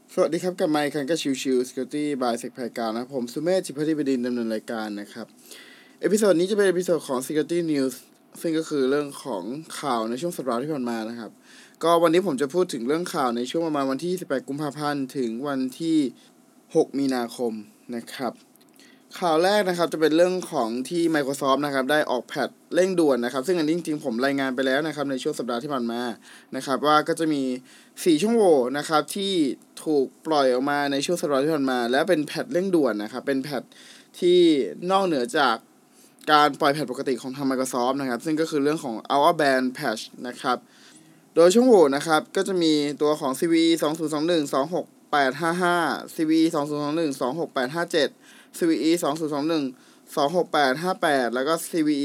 สวัสดีครับกับไมค์คันก็ชิวชิว Security by เซกภายการนะผมสุเมธ จิตพัฒน์บดินทร์ดำเนินรายการนะครับเอพิโซดนี้จะเป็นเอพิโซดของ Security News ซึ่งก็คือเรื่องของข่าวในช่วงสัปดาห์ที่ผ่านมานะครับก็วันนี้ผมจะพูดถึงเรื่องข่าวในช่วงประมาณวันที่18กุมภาพันธ์ถึงวันที่6มีนาคมนะครับข่าวแรกนะครับจะเป็นเรื่องของที่ Microsoft นะครับได้ออกแพทเร่งด่วนนะครับซึ่งอันนี้จริงๆผมรายงานไปแล้วนะครับในช่วงสัปดาห์ที่ผ่านมานะครับว่าก็จะมี4ช่องโหว่นะครับที่ถูกปล่อยออกมาในช่วงสัปดาห์ที่ผ่านมาและเป็นแพทเร่งด่วนนะครับเป็นแพทที่นอกเหนือจากการปล่อยแพทปกติของทาง Microsoft นะครับซึ่งก็คือเรื่องของ Out of Band Patch นะครับโดยช่องโหว่นะครับก็จะมีตัวของ CVE 2021-26855 CVE 2021-26857 CVE 2021-26858 แล้วก็ CVE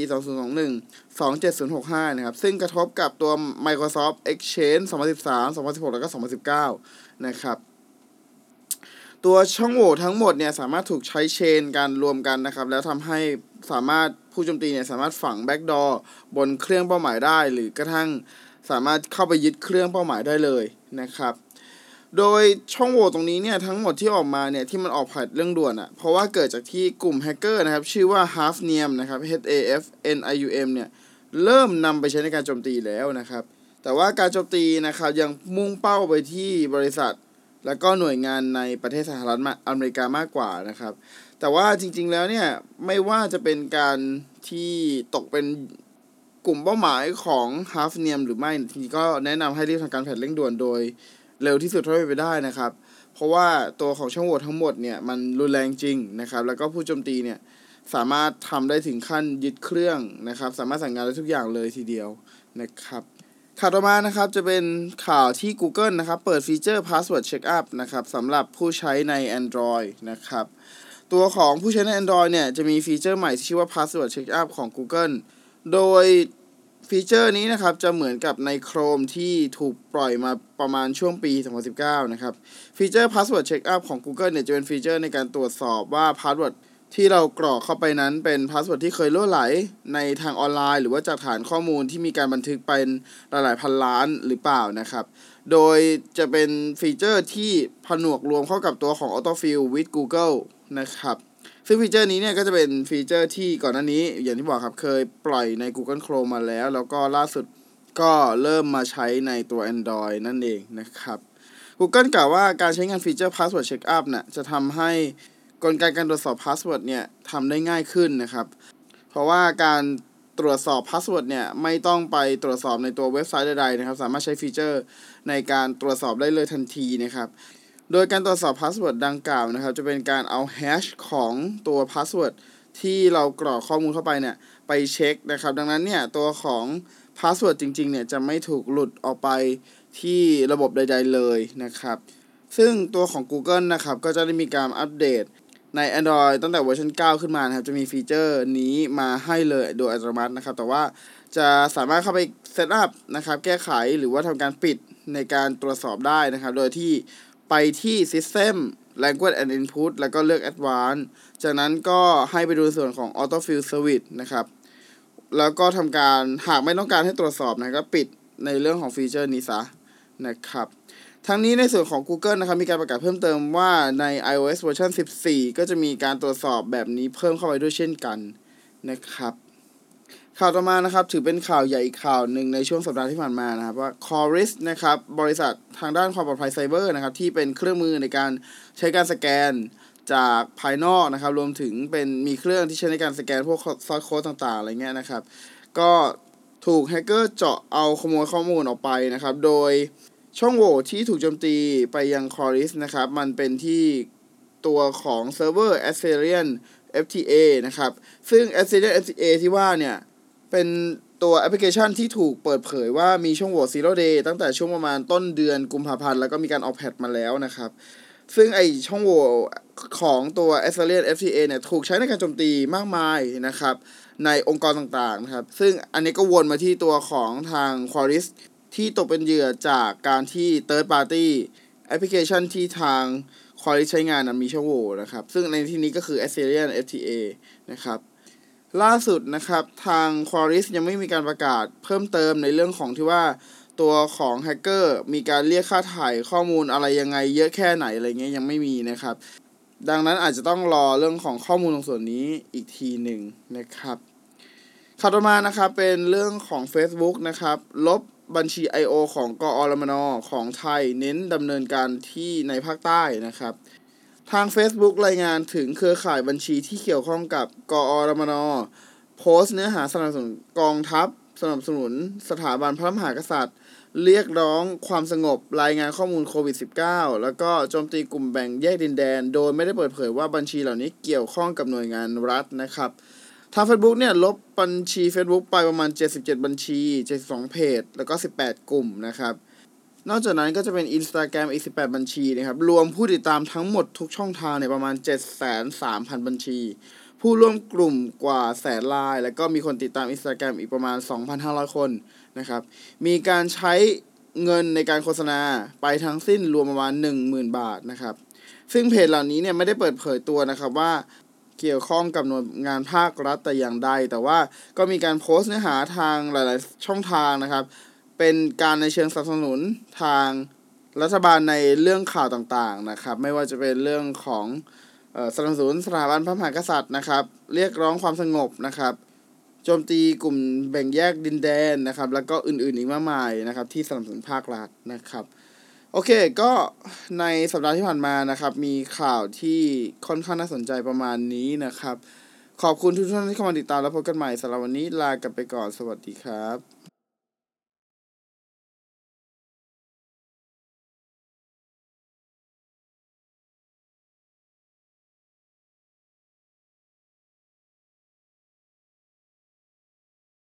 2021-27065 นะครับซึ่งกระทบกับตัว Microsoft Exchange 2013 2016 แล้วก็ 2019 นะครับตัวช่องโหว่ทั้งหมดเนี่ยสามารถถูกใช้เชนกันรวมกันนะครับแล้วทำให้สามารถผู้โจมตีเนี่ยสามารถฝังแบ็กดอร์บนเครื่องเป้าหมายได้หรือกระทั่งสามารถเข้าไปยึดเครื่องเป้าหมายได้เลยนะครับโดยช่องโหว่ตรงนี้เนี่ยทั้งหมดที่ออกมาเนี่ยที่มันออกแพทเรื่องด่วนเพราะว่าเกิดจากที่กลุ่มแฮกเกอร์นะครับชื่อว่า Hafnium นะครับ HAFNIUM เนี่ยเริ่มนำไปใช้ในการโจมตีแล้วนะครับแต่ว่าการโจมตีนะครับยังมุ่งเป้าไปที่บริษัทแล้วก็หน่วยงานในประเทศสหรัฐอเมริกามากกว่านะครับแต่ว่าจริงๆแล้วเนี่ยไม่ว่าจะเป็นการที่ตกเป็นกลุ่มเป้าหมายของ Hafnium หรือไม่ทีนี้ก็แนะนำให้รีบทำการแพทเร่งด่วนโดยเร็วที่สุดเท่าที่ไปได้นะครับเพราะว่าตัวของช่องโหว่ทั้งหมดเนี่ยมันรุนแรงจริงนะครับแล้วก็ผู้โจมตีเนี่ยสามารถทำได้ถึงขั้นยึดเครื่องนะครับสามารถสั่งงานได้ทุกอย่างเลยทีเดียวนะครับข่าวต่อมานะครับจะเป็นข่าวที่ Google นะครับเปิดฟีเจอร์ Password Checkup นะครับสำหรับผู้ใช้ใน Android นะครับตัวของผู้ใช้ใน Android เนี่ยจะมีฟีเจอร์ใหม่ที่ชื่อว่า Password Checkup ของ Google โดยฟีเจอร์นี้นะครับจะเหมือนกับใน Chrome ที่ถูกปล่อยมาประมาณช่วงปี 2019 นะครับฟีเจอร์ Password Checkup ของ Google เนี่ยจะเป็นฟีเจอร์ในการตรวจสอบว่า Password ที่เรากรอกเข้าไปนั้นเป็นพาสเวิร์ดที่เคยล่วไหลในทางออนไลน์หรือว่าจากฐานข้อมูลที่มีการบันทึกเป็นหลายๆพันล้านหรือเปล่านะครับโดยจะเป็นฟีเจอร์ที่ผนวกรวมเข้ากับตัวของ Autofill with Google นะครับซึ่งฟีเจอร์นี้เนี่ยก็จะเป็นฟีเจอร์ที่ก่อนหน้านี้อย่างที่บอกครับเคยปล่อยใน Google Chrome มาแล้วก็ล่าสุดก็เริ่มมาใช้ในตัว Android นั่นเองนะครับ Google กล่าวว่าการใช้งานฟีเจอร์ Password Checkup น่ะจะทำให้กลไกการตรวจสอบพาสเวิร์ดเนี่ยทำได้ง่ายขึ้นนะครับเพราะว่าการตรวจสอบพาสเวิร์ดเนี่ยไม่ต้องไปตรวจสอบในตัวเว็บไซต์ใดๆนะครับสามารถใช้ฟีเจอร์ในการตรวจสอบได้เลยทันทีนะครับโดยการตรวจสอบพาสเวิร์ดดังกล่าวนะครับจะเป็นการเอาแฮชของตัวพาสเวิร์ดที่เรากรอกข้อมูลเข้าไปเนี่ยไปเช็คนะครับดังนั้นเนี่ยตัวของพาสเวิร์ดจริงๆเนี่ยจะไม่ถูกหลุดออกไปที่ระบบใดๆเลยนะครับซึ่งตัวของ Google นะครับก็จะได้มีการอัปเดตใน Android ตั้งแต่เวอร์ชัน9ขึ้นมานะครับจะมีฟีเจอร์นี้มาให้เลยโดยอัตโนมัตินะครับแต่ว่าจะสามารถเข้าไปเซตอัพนะครับแก้ไขหรือว่าทำการปิดในการตรวจสอบได้นะครับโดยที่ไปที่ System Language and Input แล้วก็เลือก Advanced จากนั้นก็ให้ไปดูส่วนของ Autofill Service นะครับแล้วก็ทำการหากไม่ต้องการให้ตรวจสอบนะก็ปิดในเรื่องของฟีเจอร์นี้ซะนะครับทั้งนี้ในส่วนของ Google นะครับมีการประกาศเพิ่มเติมว่าใน iOS เวอร์ชัน14ก็จะมีการตรวจสอบแบบนี้เพิ่มเข้าไปด้วยเช่นกันนะครับข่าวต่อมานะครับถือเป็นข่าวใหญ่อีกข่าวหนึ่งในช่วงสัปดาห์ที่ผ่านมานะครับว่า Coris นะครับบริษัททางด้านความปลอดภัยไซเบอร์นะครับที่เป็นเครื่องมือในการใช้การสแกนจากภายนอกนะครับรวมถึงเป็นมีเครื่องที่ใช้ในการสแกนพวกซอสโค้ดต่างๆอะไรเงี้ยนะครับก็ถูกแฮกเกอร์เจาะเอาขโมยข้อมูลออกไปนะครับโดยช่องโหว่ที่ถูกโจมตีไปยัง Coris นะครับมันเป็นที่ตัวของเซิร์ฟเวอร์ Astarion FTA นะครับซึ่ง Astarion FTA ที่ว่าเนี่ยเป็นตัวแอปพลิเคชันที่ถูกเปิดเผยว่ามีช่องโหว่ Zero Day ตั้งแต่ช่วงประมาณต้นเดือนกุมภาพันธ์แล้วก็มีการออกแพทมาแล้วนะครับซึ่งไอช่องโหว่ของตัว Astarion FTA เนี่ยถูกใช้ในการโจมตีมากมายนะครับในองค์กรต่างๆนะครับซึ่งอันนี้ก็วนมาที่ตัวของทาง Corisที่ตกเป็นเหยื่อจากการที่ Third Party แอปพลิเคชันที่ทางCoris ใช้งานมีช่องโหว่นะครับซึ่งในที่นี้ก็คือ Astarion FTA นะครับล่าสุดนะครับทาง Coris ยังไม่มีการประกาศเพิ่มเติมในเรื่องของที่ว่าตัวของแฮกเกอร์มีการเรียกค่าถ่ายข้อมูลอะไรยังไงเยอะแค่ไหนอะไรเงี้ยยังไม่มีนะครับดังนั้นอาจจะต้องรอเรื่องของข้อมูลตรงส่วนนี้อีกทีหนึ่งนะครับข่าวต่อมานะครับเป็นเรื่องของ Facebook นะครับลบบัญชี I.O. ของกอรมนของไทยเน้นดำเนินการที่ในภาคใต้นะครับทาง Facebook รายงานถึงเครือข่ายบัญชีที่เกี่ยวข้องกับกอรมนโพสต์เนื้อหาสนับสนุนกองทัพสนับสนุนสถาบันพระมหากษัตริย์เรียกร้องความสงบรายงานข้อมูลโควิด -19 แล้วก็โจมตีกลุ่มแบ่งแยกดินแดนโดยไม่ได้เปิดเผยว่าบัญชีเหล่านี้เกี่ยวข้องกับหน่วยงานรัฐนะครับทาง Facebook เนี่ยลบบัญชี Facebook ไปประมาณ77บัญชี72เพจแล้วก็18กลุ่มนะครับนอกจากนั้นก็จะเป็น Instagram อีก18บัญชีนะครับรวมผู้ติดตามทั้งหมดทุกช่องทางเนี่ยประมาณ 730,000 บัญชีผู้ร่วมกลุ่มกว่าแสนรายแล้วก็มีคนติดตาม Instagram อีกประมาณ 2,500 คนนะครับมีการใช้เงินในการโฆษณาไปทั้งสิ้นรวมประมาณ 10,000 บาทนะครับซึ่งเพจเหล่านี้เนี่ยไม่ได้เปิดเผยตัวนะครับว่าเกี่ยวข้องกับหน่วยงานภาครัฐแต่อย่างใดแต่ว่าก็มีการโพสต์เนื้อหาทางหลายๆช่องทางนะครับเป็นการในเชิงสนับสนุนทางรัฐบาลในเรื่องข่าวต่างๆนะครับไม่ว่าจะเป็นเรื่องของสนับสนุนสถาบันพระมหากษัตริย์นะครับเรียกร้องความสงบนะครับโจมตีกลุ่มแบ่งแยกดินแดนนะครับแล้วก็อื่นๆอีกมากมายนะครับที่สนับสนุนภาครัฐนะครับโอเคก็ในสัปดาห์ที่ผ่านมานะครับมีข่าวที่ค่อนข้างน่าสนใจประมาณนี้นะครับขอบคุณทุกท่านที่เข้ามาติดตามแล้วพบกันใหม่สำหรับวันนี้ลากันไปก่อนสวัสดีครับ